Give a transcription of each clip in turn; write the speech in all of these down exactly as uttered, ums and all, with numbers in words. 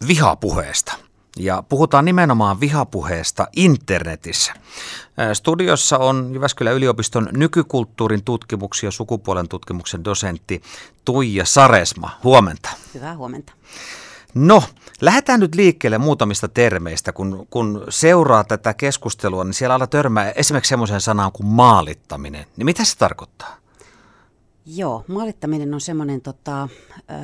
vihapuheesta. Ja puhutaan nimenomaan vihapuheesta internetissä. Studiossa on Jyväskylän yliopiston nykykulttuurin tutkimuksia ja sukupuolen tutkimuksen dosentti Tuija Saresma. Huomenta. Hyvää huomenta. No, lähdetään nyt liikkeelle muutamista termeistä. Kun, kun seuraa tätä keskustelua, niin siellä alla törmää esimerkiksi semmoisen sanaan kuin maalittaminen. Niin mitä se tarkoittaa? Joo, maalittaminen on semmoinen tota, äh,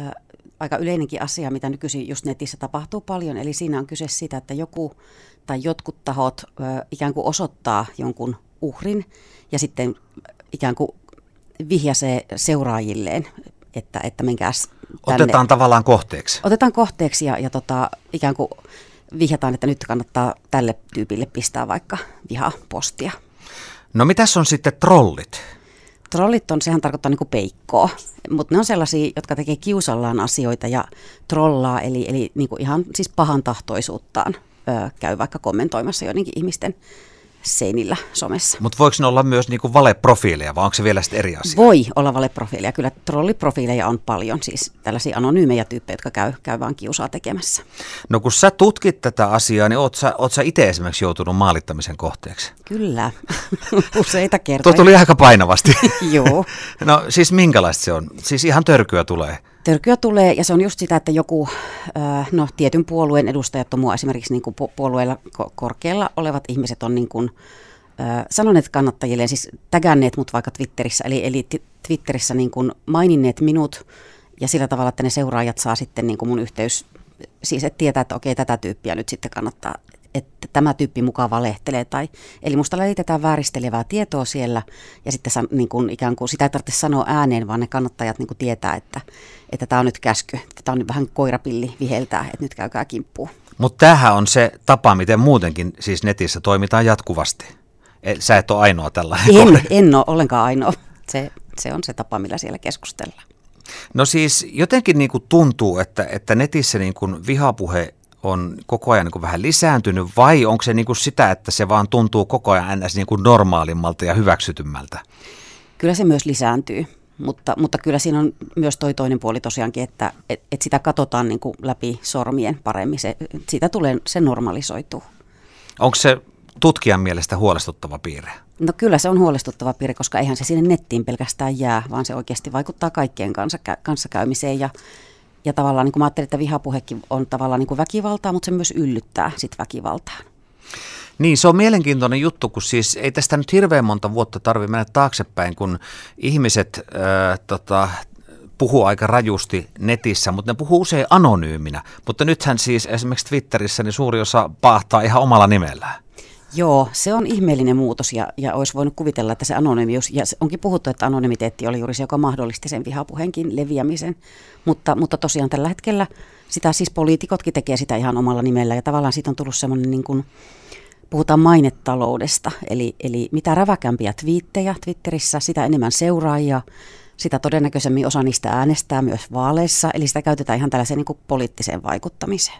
aika yleinenkin asia, mitä nykyisin just netissä tapahtuu paljon. Eli siinä on kyse siitä, että joku tai jotkut tahot äh, ikään kuin osoittaa jonkun uhrin ja sitten ikään kuin vihjaisee seuraajilleen, että, että menkääs tänne. Otetaan tavallaan kohteeksi. Otetaan kohteeksi ja, ja tota, ikään kuin vihjataan, että nyt kannattaa tälle tyypille pistää vaikka vihapostia. No mitäs on sitten trollit? Trollit on, sehän tarkoittaa niin kuin peikkoa, mutta ne on sellaisia, jotka tekee kiusallaan asioita ja trollaa, eli, eli niin kuin ihan siis pahan tahtoisuuttaan ö, käy vaikka kommentoimassa joidenkin ihmisten seinillä somessa. Mutta voiko ne olla myös niinku valeprofiileja, vai onko se vielä sitten eri asia? Voi olla valeprofiileja. Kyllä trolliprofiileja on paljon, siis tällaisia anonyymejä tyyppejä, jotka käy, käy vaan kiusaa tekemässä. No kun sä tutkit tätä asiaa, niin oot sä, oot sä itse esimerkiksi joutunut maalittamisen kohteeksi? Kyllä, useita kertoja. Tuo tuli aika painavasti. Joo. No siis minkälaista se on? Siis ihan törkyä tulee. Törkyä tulee ja se on just sitä, että joku no, tietyn puolueen edustajat on mua esimerkiksi niin kuin puolueella korkealla olevat ihmiset on niin kuin, äh, sanoneet kannattajilleen, siis tägänneet mut vaikka Twitterissä, eli, eli Twitterissä niin kuin maininneet minut ja sillä tavalla, että ne seuraajat saa sitten niin kuin mun yhteys, siis et tietää, että okei tätä tyyppiä nyt sitten kannattaa, että tämä tyyppi mukaan valehtelee. Tai, eli musta levitetään vääristelevää tietoa siellä ja sitten niin kuin, ikään kuin sitä ei tarvitse sanoa ääneen, vaan ne kannattajat niin kuin tietää, että että tämä on nyt käsky, että tämä on nyt vähän koirapilli viheltää, että nyt käykää kimppuun. Mutta tämähän on se tapa, miten muutenkin siis netissä toimitaan jatkuvasti. Sä et ole ainoa tällainen. En, en ole ollenkaan ainoa. Se, se on se tapa, millä siellä keskustellaan. No siis jotenkin niin kuin tuntuu, että, että netissä niin kuin vihapuhe on koko ajan niin kuin vähän lisääntynyt, vai onko se niin kuin sitä, että se vaan tuntuu koko ajan ns. Niin kuin normaalimmalta ja hyväksytymältä? Kyllä se myös lisääntyy. Mutta, mutta kyllä siinä on myös toi toinen puoli tosiaankin, että et, et sitä katsotaan niin kuin läpi sormien paremmin. Se, siitä tulee, se normalisoituu. Onko se tutkijan mielestä huolestuttava piirre? No kyllä se on huolestuttava piirre, koska eihän se sinne nettiin pelkästään jää, vaan se oikeasti vaikuttaa kaikkien kanssa, kanssakäymiseen. Ja, ja tavallaan niin kuin mä ajattelin, että vihapuhekin on tavallaan niin kuin väkivaltaa, mutta se myös yllyttää sit väkivaltaan. Niin, se on mielenkiintoinen juttu, kun siis ei tästä nyt hirveän monta vuotta tarvitse mennä taaksepäin, kun ihmiset äh, tota, puhuu aika rajusti netissä, mutta ne puhuu usein anonyyminä. Mutta nythän siis esimerkiksi Twitterissä niin suuri osa paahtaa ihan omalla nimellään. Joo, se on ihmeellinen muutos ja, ja olisi voinut kuvitella, että se anonyymius, ja onkin puhuttu, että anonymiteetti oli juuri se, joka mahdollisti sen vihapuheenkin leviämisen, mutta, mutta tosiaan tällä hetkellä sitä siis poliitikotkin tekee sitä ihan omalla nimellä ja tavallaan siitä on tullut semmoinen niin kuin puhutaan mainetaloudesta, eli, eli mitä räväkämpiä twiittejä Twitterissä, sitä enemmän seuraajia, sitä todennäköisemmin osa niistä äänestää myös vaaleissa, eli sitä käytetään ihan tällaiseen niin kuin poliittiseen vaikuttamiseen.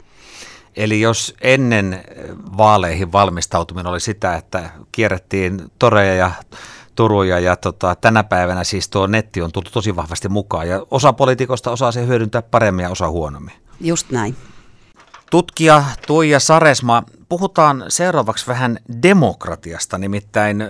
Eli jos ennen vaaleihin valmistautuminen oli sitä, että kierrettiin toreja ja turuja ja tota, tänä päivänä siis tuo netti on tullut tosi vahvasti mukaan ja osa poliitikosta osaa se hyödyntää paremmin ja osa huonommin. Just näin. Tutkija Tuija Saresma, puhutaan seuraavaksi vähän demokratiasta, nimittäin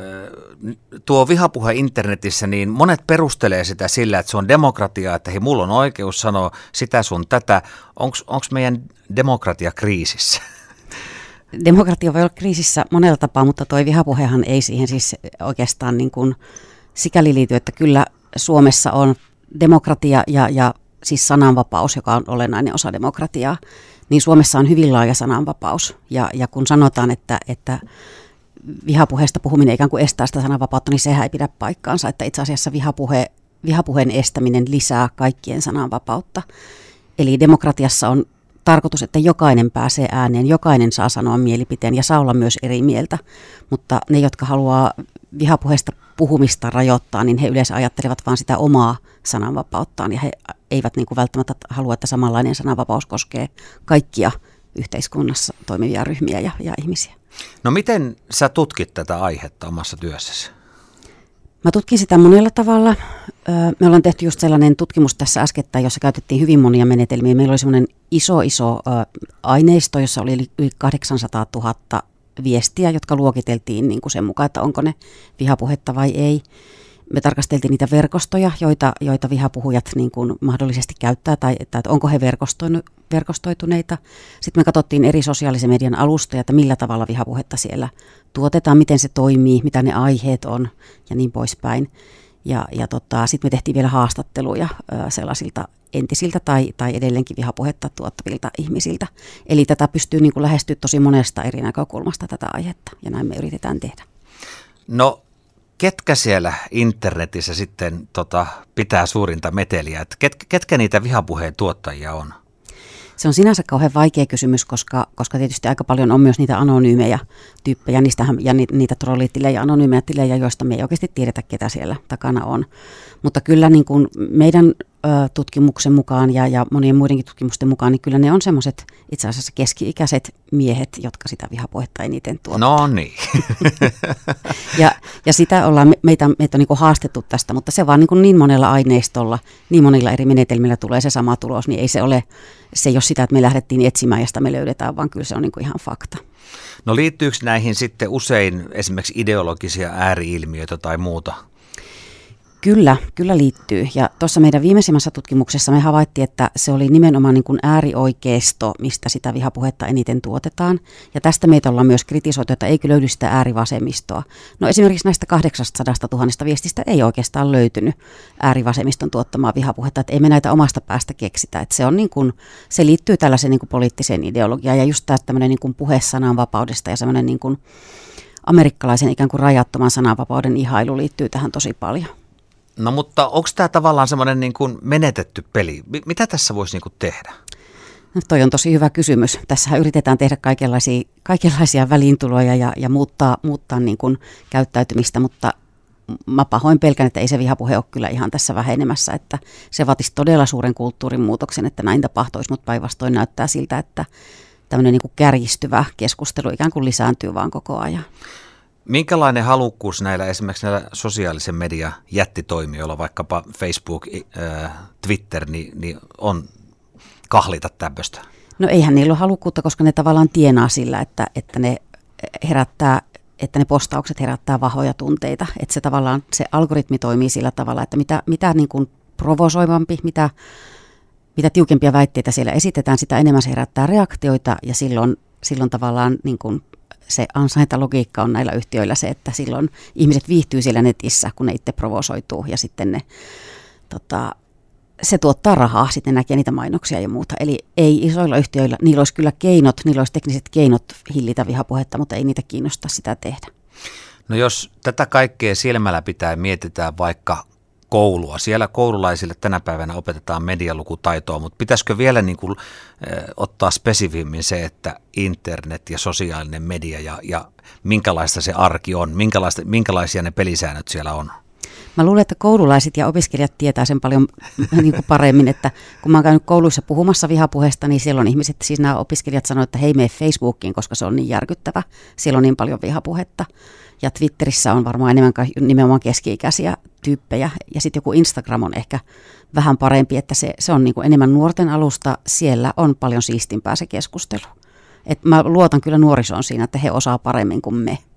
tuo vihapuhe internetissä, niin monet perustelee sitä sillä, että se on demokratia, että hei, mulla on oikeus sanoa sitä sun tätä. Onko meidän demokratia kriisissä? Demokratia voi olla kriisissä monella tapaa, mutta tuo vihapuhehan ei siihen siis oikeastaan niin kuin sikäli liity, että kyllä Suomessa on demokratia ja, ja siis sananvapaus, joka on olennainen osa demokratiaa. Niin Suomessa on hyvin laaja sananvapaus ja, ja kun sanotaan, että, että vihapuheesta puhuminen ikään kuin estää sitä sananvapautta, niin sehän ei pidä paikkaansa, että itse asiassa vihapuhe, vihapuheen estäminen lisää kaikkien sananvapautta. Eli demokratiassa on tarkoitus, että jokainen pääsee ääneen, jokainen saa sanoa mielipiteen ja saa olla myös eri mieltä, mutta ne, jotka haluaa vihapuheesta puhumista rajoittaa, niin he yleensä ajattelevat vain sitä omaa sananvapauttaan ja he eivät niin kuin välttämättä halua, että samanlainen sananvapaus koskee kaikkia yhteiskunnassa toimivia ryhmiä ja, ja ihmisiä. No miten sä tutkit tätä aihetta omassa työssäsi? Mä tutkin sitä monella tavalla. Me ollaan tehty just sellainen tutkimus tässä äskettäin, jossa käytettiin hyvin monia menetelmiä. Meillä oli semmoinen iso, iso aineisto, jossa oli yli kahdeksansataatuhatta viestiä, jotka luokiteltiin niin kuin sen mukaan, että onko ne vihapuhetta vai ei. Me tarkasteltiin niitä verkostoja, joita, joita vihapuhujat niin kuin mahdollisesti käyttää, tai että, että onko he verkostoituneita. Sitten me katsottiin eri sosiaalisen median alustoja, että millä tavalla vihapuhetta siellä tuotetaan, miten se toimii, mitä ne aiheet on ja niin poispäin. Ja, ja tota, sitten me tehtiin vielä haastatteluja ö, sellaisilta entisiltä tai, tai edelleenkin vihapuhetta tuottavilta ihmisiltä. Eli tätä pystyy niin kuin lähestyä tosi monesta eri näkökulmasta tätä aihetta, ja näin me yritetään tehdä. No, ketkä siellä internetissä sitten tota, pitää suurinta meteliä? Et ket, ketkä niitä vihapuheen tuottajia on? Se on sinänsä kauhean vaikea kysymys, koska, koska tietysti aika paljon on myös niitä anonyymejä tyyppejä niistähän, ja ni, niitä trollitilejä, anonyymejä tilejä, joista me ei oikeasti tiedetä, ketä siellä takana on. Mutta kyllä niin kuin meidän ö, tutkimuksen mukaan ja, ja monien muidenkin tutkimusten mukaan, niin kyllä ne on semmoiset itse asiassa keski-ikäiset miehet, jotka sitä vihapuhetta eniten tuottaa. No niin. ja, ja sitä ollaan, meitä, meitä on niin kuin haastettu tästä, mutta se vaan niin, kuin niin monella aineistolla, niin monilla eri menetelmillä tulee se sama tulos, niin ei se ole, se ei ole sitä, että me lähdettiin etsimään ja sitä me löydetään, vaan kyllä se on niin kuin ihan fakta. No liittyykö näihin sitten usein esimerkiksi ideologisia ääri-ilmiöitä tai muuta? Kyllä, kyllä liittyy. Ja tuossa meidän viimeisimmässä tutkimuksessa me havaittiin, että se oli nimenomaan niin kuin äärioikeisto, mistä sitä vihapuhetta eniten tuotetaan. Ja tästä meitä ollaan myös kritisoitu, että eikö löydy sitä äärivasemmistoa. No esimerkiksi näistä kahdeksansadastatuhannesta viestistä ei oikeastaan löytynyt äärivasemmiston tuottamaa vihapuhetta, että ei me näitä omasta päästä keksitä. Että se, on niin kuin, se liittyy tällaiseen niin kuin poliittiseen ideologiaan ja just tämä tämmöinen niin kuin puhe sananvapaudesta ja semmoinen niin kuin amerikkalaisen ikään kuin rajattoman sananvapauden ihailu liittyy tähän tosi paljon. No mutta onko tämä tavallaan semmoinen niin kuin menetetty peli? M- mitä tässä voisi niin kuin tehdä? No toi on tosi hyvä kysymys. Tässähän yritetään tehdä kaikenlaisia, kaikenlaisia väliintuloja ja, ja muuttaa, muuttaa niin kuin käyttäytymistä, mutta mä pahoin pelkän, että ei se vihapuhe ole kyllä ihan tässä vähenemässä. Että se vaatisi todella suuren kulttuurin muutoksen, että näin tapahtuisi, mutta päinvastoin näyttää siltä, että tämmöinen niin kuin kärjistyvä keskustelu ikään kuin lisääntyy vaan koko ajan. Minkälainen halukkuus näillä esimerkiksi näillä sosiaalisen median jättitoimijoilla, vaikkapa Facebook, äh, Twitter, niin, niin on kahlita tämmöistä? No eihän niillä ole halukkuutta, koska ne tavallaan tienaa sillä, että, että ne herättää, että ne postaukset herättää vahvoja tunteita. Että se tavallaan se algoritmi toimii sillä tavalla, että mitä, mitä niin kuin provosoivampi, mitä, mitä tiukempia väitteitä siellä esitetään, sitä enemmän se herättää reaktioita ja silloin, silloin tavallaan niin kuin se ansaintalogiikka on näillä yhtiöillä se, että silloin ihmiset viihtyy siellä netissä, kun ne itse provosoituu ja sitten ne, tota, se tuottaa rahaa, sitten näkee niitä mainoksia ja muuta. Eli ei isoilla yhtiöillä, niillä olisi kyllä keinot, niillä olisi tekniset keinot hillitä vihapuhetta, mutta ei niitä kiinnosta sitä tehdä. No jos tätä kaikkea silmällä pitää mietitään vaikka koulua. Siellä koululaisille tänä päivänä opetetaan medialukutaitoa, mutta pitäisikö vielä niin kuin, äh, ottaa spesifimmin se, että internet ja sosiaalinen media ja, ja minkälaista se arki on, minkälaista, minkälaisia ne pelisäännöt siellä on? Mä luulen, että koululaiset ja opiskelijat tietää sen paljon niin kuin paremmin, että kun mä oon käynyt kouluissa puhumassa vihapuheesta, niin silloin ihmiset, siis nämä opiskelijat sanoivat, että hei mene Facebookiin, koska se on niin järkyttävä, siellä on niin paljon vihapuhetta. Ja Twitterissä on varmaan enemmän nimenomaan keski-ikäisiä tyyppejä. Ja sitten joku Instagram on ehkä vähän parempi, että se, se on niin kuin enemmän nuorten alusta. Siellä on paljon siistimpää se keskustelu. Et mä luotan kyllä nuorisoon siinä, että he osaa paremmin kuin me.